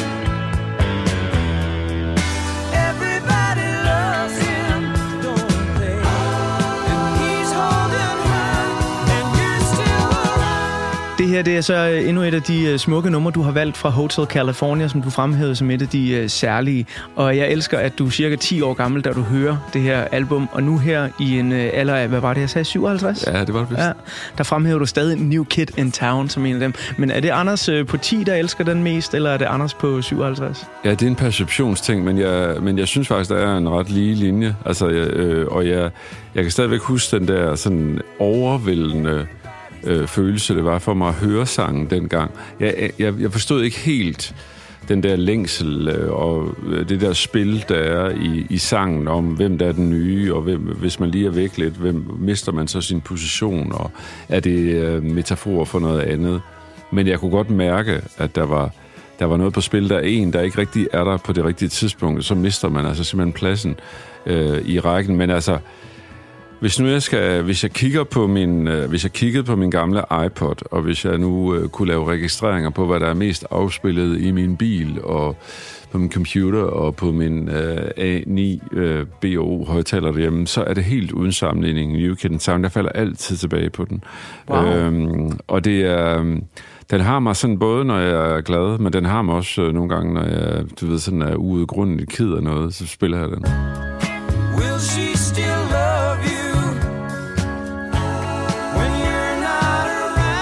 Everybody loves him, don't they? And he's holding her, and you're still around. Det her, det er så endnu et af de smukke numre, du har valgt fra Hotel California, som du fremhævede som et af de særlige. Og jeg elsker, at du er cirka 10 år gammel, da du hører det her album. Og nu her i en alder af, hvad var det, jeg sagde, 57? Ja, det var det vist. Ja, der fremhæver du stadig New Kid in Town som en af dem. Men er det Anders på 10, der elsker den mest, eller er det Anders på 57? Ja, det er en perceptionsting, men jeg synes faktisk, der er en ret lige linje. Altså, jeg kan stadigvæk huske den der sådan overvældende følelse, det var for mig at høre sangen dengang. Jeg forstod ikke helt den der længsel og det der spil, der er i sangen om, hvem der er den nye, og hvem, hvis man lige er væk lidt, hvem mister man så sin position, og er det metafor for noget andet. Men jeg kunne godt mærke, at der var noget på spil. Der er en, der ikke rigtig er der på det rigtige tidspunkt, så mister man altså simpelthen pladsen i rækken. Men altså, hvis jeg kiggede på min gamle iPod, og hvis jeg nu kunne lave registreringer på, hvad der er mest afspillet i min bil, og på min computer, og på min A9 BO højttaler derhjemme, så er det helt uden sammenligning New Kid in Town. Jeg falder altid tilbage på den. Wow. Og det er... Den har mig sådan både, når jeg er glad, men den har mig også nogle gange, når jeg, sådan er uudgrundeligt ked af noget, så spiller jeg den. Will she still love you when you're not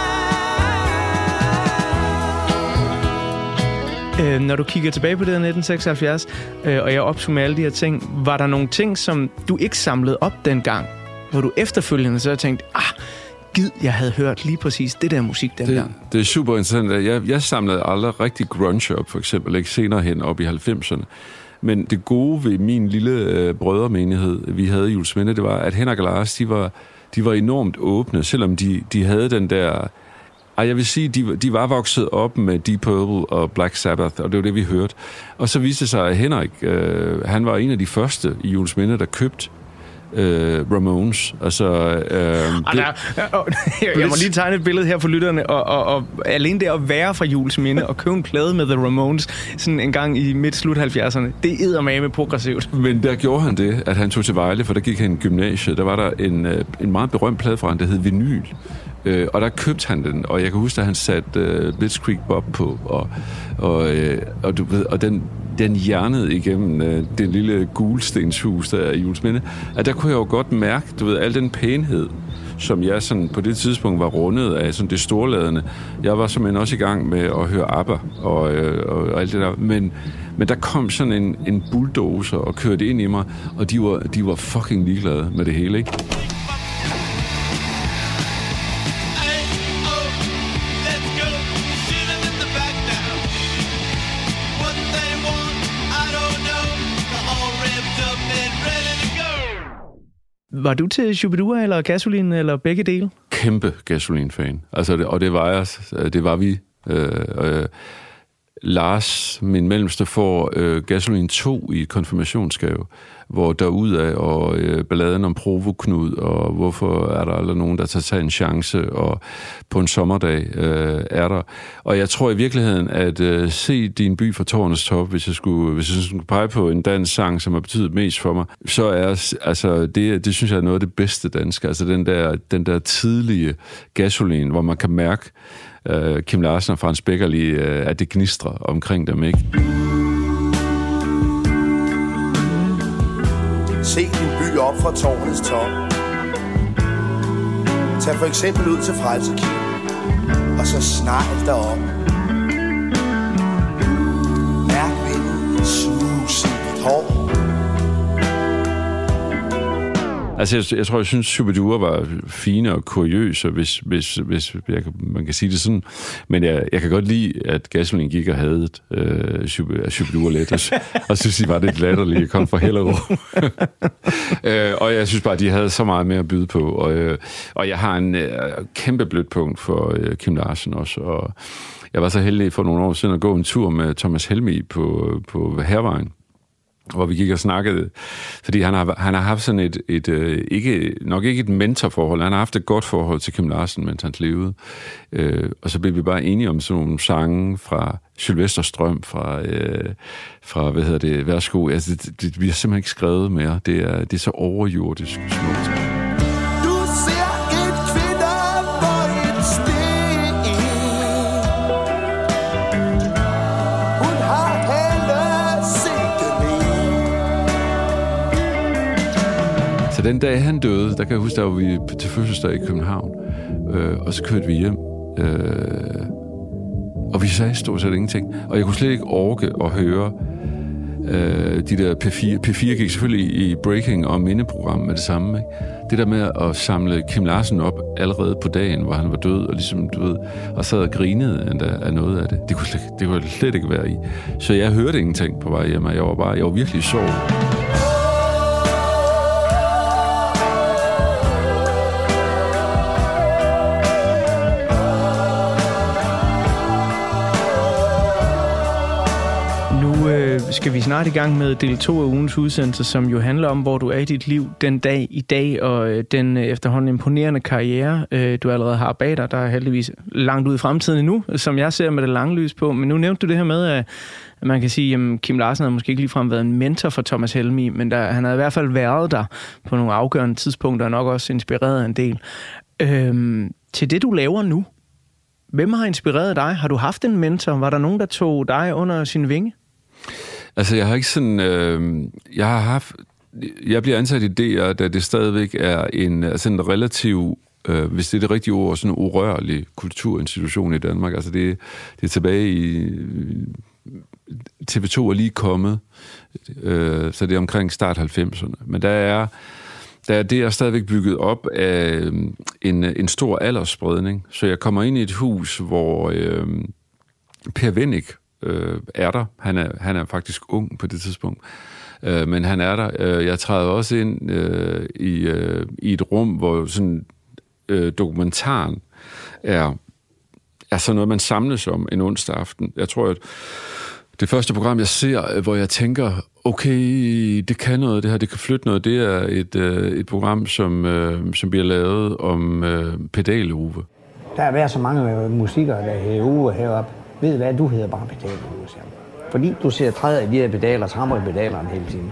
around? Når du kigger tilbage på det her 1976, og jeg opsummerer alle de her ting, var der nogle ting, som du ikke samlede op dengang, hvor du efterfølgende så tænkte, jeg havde hørt lige præcis det der musik dengang. Det er super interessant. Jeg samlede aldrig rigtig grunge op, for eksempel, ikke senere hen op i 90'erne. Men det gode ved min lille brødremenighed, vi havde i Juelsminde, det var, at Henrik og Lars, de var enormt åbne, selvom de havde den der... jeg vil sige, de var vokset op med Deep Purple og Black Sabbath, og det var det, vi hørte. Og så viste det sig, at Henrik, han var en af de første i Juelsminde, der købte Ramones. Altså, jeg må lige tegne et billede her for lytterne, og alene det at være fra Juelsminde og købe en plade med The Ramones sådan en gang i midt-slut 70'erne, det er eddermame progressivt. Men der gjorde han det, at han tog til Vejle, for der gik han i gymnasiet. Der var der en meget berømt plade fra han, der hed Vinyl. Og der købte han den, og jeg kan huske, at han satte Blitzkrieg Bob på, og du ved, og den hjernede igennem det lille gulstenshus der i Juelsminde, at der kunne jeg jo godt mærke, du ved, al den pænhed, som jeg sådan på det tidspunkt var rundet af, sådan det storladende. Jeg var simpelthen også i gang med at høre ABBA og alt det der, men der kom sådan en bulldozer og kørte ind i mig, og de var fucking ligeglade med det hele, ikke? Var du til Shubidua eller Gasoline eller begge dele? kæmpe gasolinfan. Altså, det var vi. Lars, min mellemste, får Gasolin 2 i konfirmationsgave, hvor derudad og balladen om Provoknud, og hvorfor er der aldrig nogen, der tager en chance, og på en sommerdag er der. Og jeg tror i virkeligheden, at se Din by fra tårnets top, hvis jeg skulle pege på en dansk sang, som har betydet mest for mig, så er altså det synes jeg er noget af det bedste danske. Altså den der tidlige Gasolin, hvor man kan mærke Kim Larsen og Frans Beckerli, at det gnistrer omkring dem, ikke? Se din by op fra tårnets top. Tag for eksempel ud til Frelsekirken, og så snegl derop. Mærk vinden suse dit hår. Altså, jeg synes, Shubidua var fine og kuriøse, hvis man kan sige det sådan. Men jeg kan godt lide, at Gasolin gik og havde Shubidua lidt, og synes, de var lidt latterlige at komme fra Hellerup. Og jeg synes bare, at de havde så meget mere at byde på. Og jeg har en kæmpe blødt punkt for Kim Larsen også. Og jeg var så heldig for nogle år siden at gå en tur med Thomas Helmig på Hærvejen, hvor vi gik og snakkede, fordi han har haft sådan nok ikke et mentorforhold, han har haft et godt forhold til Kim Larsen, mens han levede. Og så blev vi bare enige om sådan nogle sange fra Sylvester Strøm, fra Værsgo. Altså, det bliver simpelthen ikke skrevet mere. Det er så overjordisk smukt. Så den dag han døde, der kan jeg huske, der var vi til fødselsdag i København, og så kørte vi hjem, og vi sagde stort set ingenting. Og jeg kunne slet ikke orke at høre de der P4 gik selvfølgelig i breaking og mindeprogram med det samme, ikke? Det der med at samle Kim Larsen op allerede på dagen, hvor han var død, og ligesom, du ved, og sad og grinede af noget af det. Det kunne slet ikke være i. Så jeg hørte ingenting på vej hjem, og jeg var virkelig i sorg. Skal vi snart i gang med del 2 af ugens udsendelse, som jo handler om, hvor du er i dit liv den dag i dag, og den efterhånden imponerende karriere, du allerede har bag dig. Der er heldigvis langt ud i fremtiden endnu, som jeg ser med det lange lys på. Men nu nævnte du det her med, at man kan sige, at Kim Larsen har måske ikke ligefrem været en mentor for Thomas Helmig, men han har i hvert fald været der på nogle afgørende tidspunkter, og nok også inspireret en del. Til det, du laver nu, hvem har inspireret dig? Har du haft en mentor? Var der nogen, der tog dig under sin vinge? Altså, jeg har ikke sådan... Jeg bliver ansat i DR, da det stadigvæk er en relativ, hvis det er det rigtige ord, sådan en urørlig kulturinstitution i Danmark. Altså, det er tilbage i... TV2 er lige kommet, så det er omkring start 90'erne. Men der er det stadigvæk bygget op af en stor aldersspredning. Så jeg kommer ind i et hus, hvor Per Wennick er der. Han er faktisk ung på det tidspunkt. Men han er der. Jeg træder også ind i et rum, hvor sådan dokumentaren er sådan noget, man samles om en onsdag aften. Jeg tror, at det første program, jeg ser, hvor jeg tænker, okay, det kan noget, det her, det kan flytte noget, det er et program, som bliver lavet om Pedal-Ove. Der er været så mange musikere, der hedder Ove heroppe. Ved du hvad, du hedder bare Pedal-Ove, siger. Fordi du ser træder i de her pedaler, tramper i pedalerne hele tiden.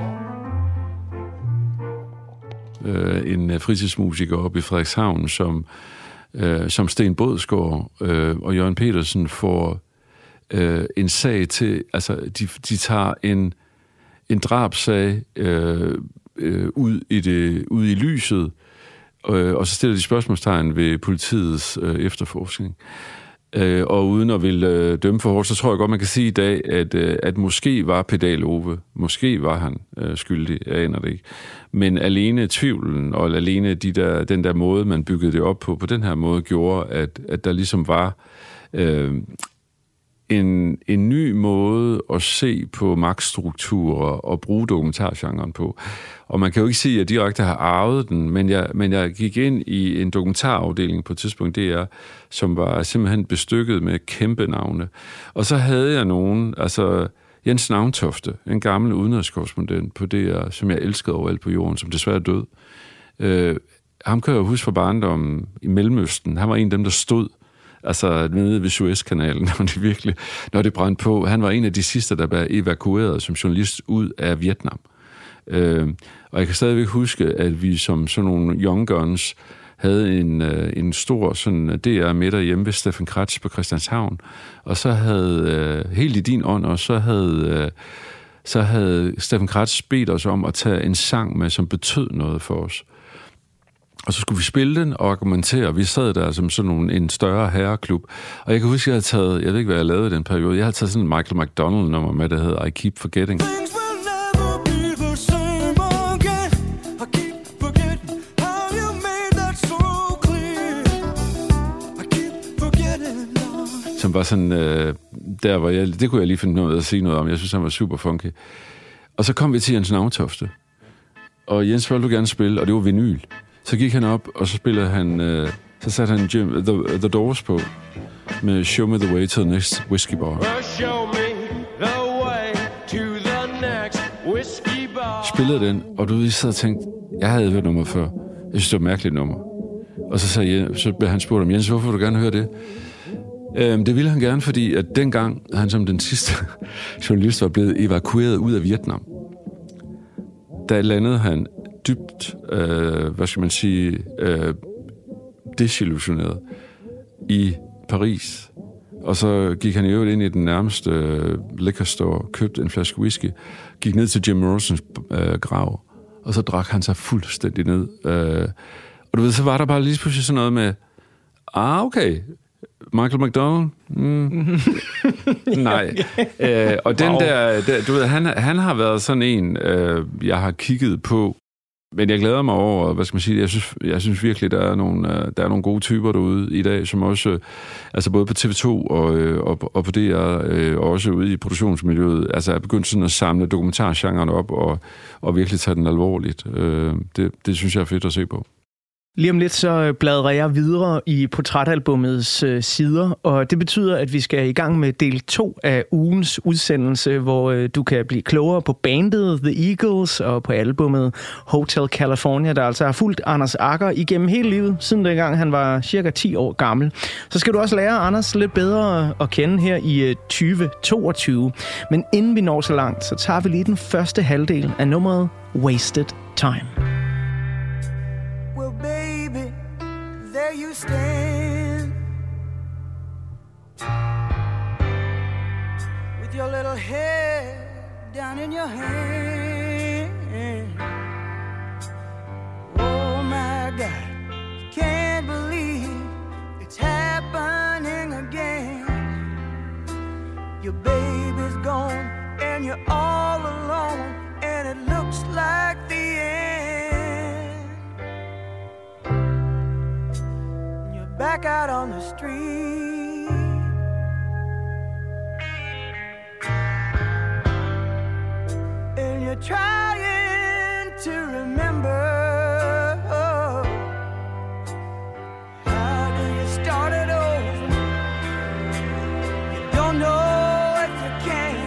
En fritidsmusiker oppe i Frederikshavn, som Sten Bådsgaard og Jørgen Petersen får en sag til, altså de tager en drabsag ud i lyset, og så stiller de spørgsmålstegn ved politiets efterforskning. Og uden at ville dømme for hårdt, så tror jeg godt, man kan sige i dag, at måske var Pedal-Ove, måske var han skyldig, jeg aner det ikke. Men alene tvivlen, og alene den der måde, man byggede det op på den her måde, gjorde, at der ligesom var en ny måde at se på magtstrukturer og bruge dokumentargenren på. Og man kan jo ikke sige, at jeg direkte har arvet den, men jeg gik ind i en dokumentarafdeling på et tidspunkt, DR, som var simpelthen bestykket med kæmpe navne. Og så havde jeg nogen, altså Jens Navntofte, en gammel udenrigskorrespondent på DR, som jeg elskede overalt på jorden, som desværre død. Ham kan jeg huske fra barndommen i Mellemøsten. Han var en af dem, der stod altså nede ved Suezkanalen, når det brændte på. Han var en af de sidste, der blev evakueret som journalist ud af Vietnam. Og jeg kan stadigvæk huske, at vi som sådan nogle young guns havde en stor sådan DR-middag hjemme ved Steffen Kretz på Christianshavn. Og så havde, helt i din ånd, og så havde Steffen Kretz bedt os om at tage en sang med, som betød noget for os. Og så skulle vi spille den og argumentere. Vi sad der som sådan en større herreklub. Og jeg kan huske, at jeg havde taget, jeg ved ikke, hvad jeg lavede i den periode, jeg havde taget sådan en Michael McDonald-nummer med, der hedder I Keep Forgetting. Som var sådan, der hvor det kunne jeg lige finde noget at sige noget om. Jeg synes, han var super funky. Og så kom vi til Jens Navntofte. Og Jens ville du gerne spille, og det var vinyl. Så gik han op, og så spillede han, så satte han The Doors på, med Show Me The Way to the Next Whiskey Bar. Spillede den, og du lige sad og tænkte, jeg havde hørt nummeret før. Jeg synes, det var et mærkeligt nummer. Og så blev han spurgt om, Jens, hvorfor vil du gerne høre det? Det ville han gerne, fordi at dengang han som den sidste journalist var blevet evakueret ud af Vietnam. Der landede han dybt, desillusioneret i Paris. Og så gik han i øvrigt ind i den nærmeste liquor store, købte en flaske whisky, gik ned til Jim Morrisons grav, og så drak han sig fuldstændig ned. Og du ved, så var der bare lige pludselig sådan noget med, okay, Michael McDonald? Nej. Og den der, du ved, han har været sådan en, jeg har kigget på, men jeg glæder mig over, hvad skal man sige, jeg synes virkelig, der er nogle gode typer derude i dag, som også, altså både på TV2 og på DR, og også ude i produktionsmiljøet, altså er begyndt sådan at samle dokumentargenren op og virkelig tage den alvorligt. Det synes jeg er fedt at se på. Lige om lidt så bladrer jeg videre i portrætalbummets sider, og det betyder, at vi skal i gang med del 2 af ugens udsendelse, hvor du kan blive klogere på bandet The Eagles og på albummet Hotel California, der altså har fulgt Anders Agger igennem hele livet, siden dengang han var cirka 10 år gammel. Så skal du også lære Anders lidt bedre at kende her i 2022. Men inden vi når så langt, så tager vi lige den første halvdel af nummeret Wasted Time. There you stand with your little head down in your hand. Oh my God, can't believe it's happening again. Your baby's gone and you're all alone, and it looks like the end. Back out on the street, and you're trying to remember, how do you start it over? You don't know if you can.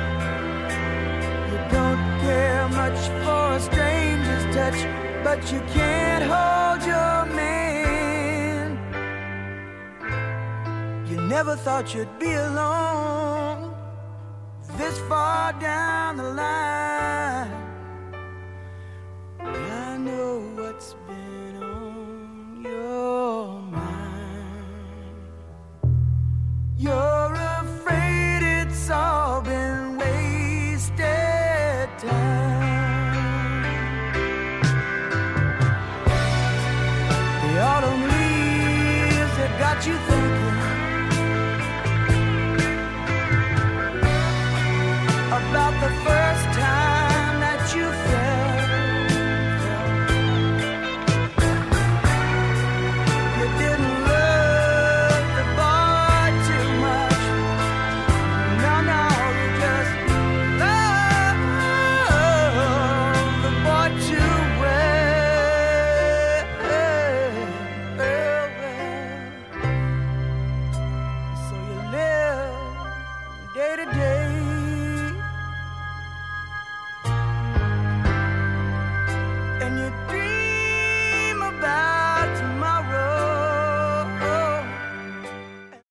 You don't care much for a stranger's touch, but you can't hold your man. Never thought you'd be alone this far down the line. I know what's been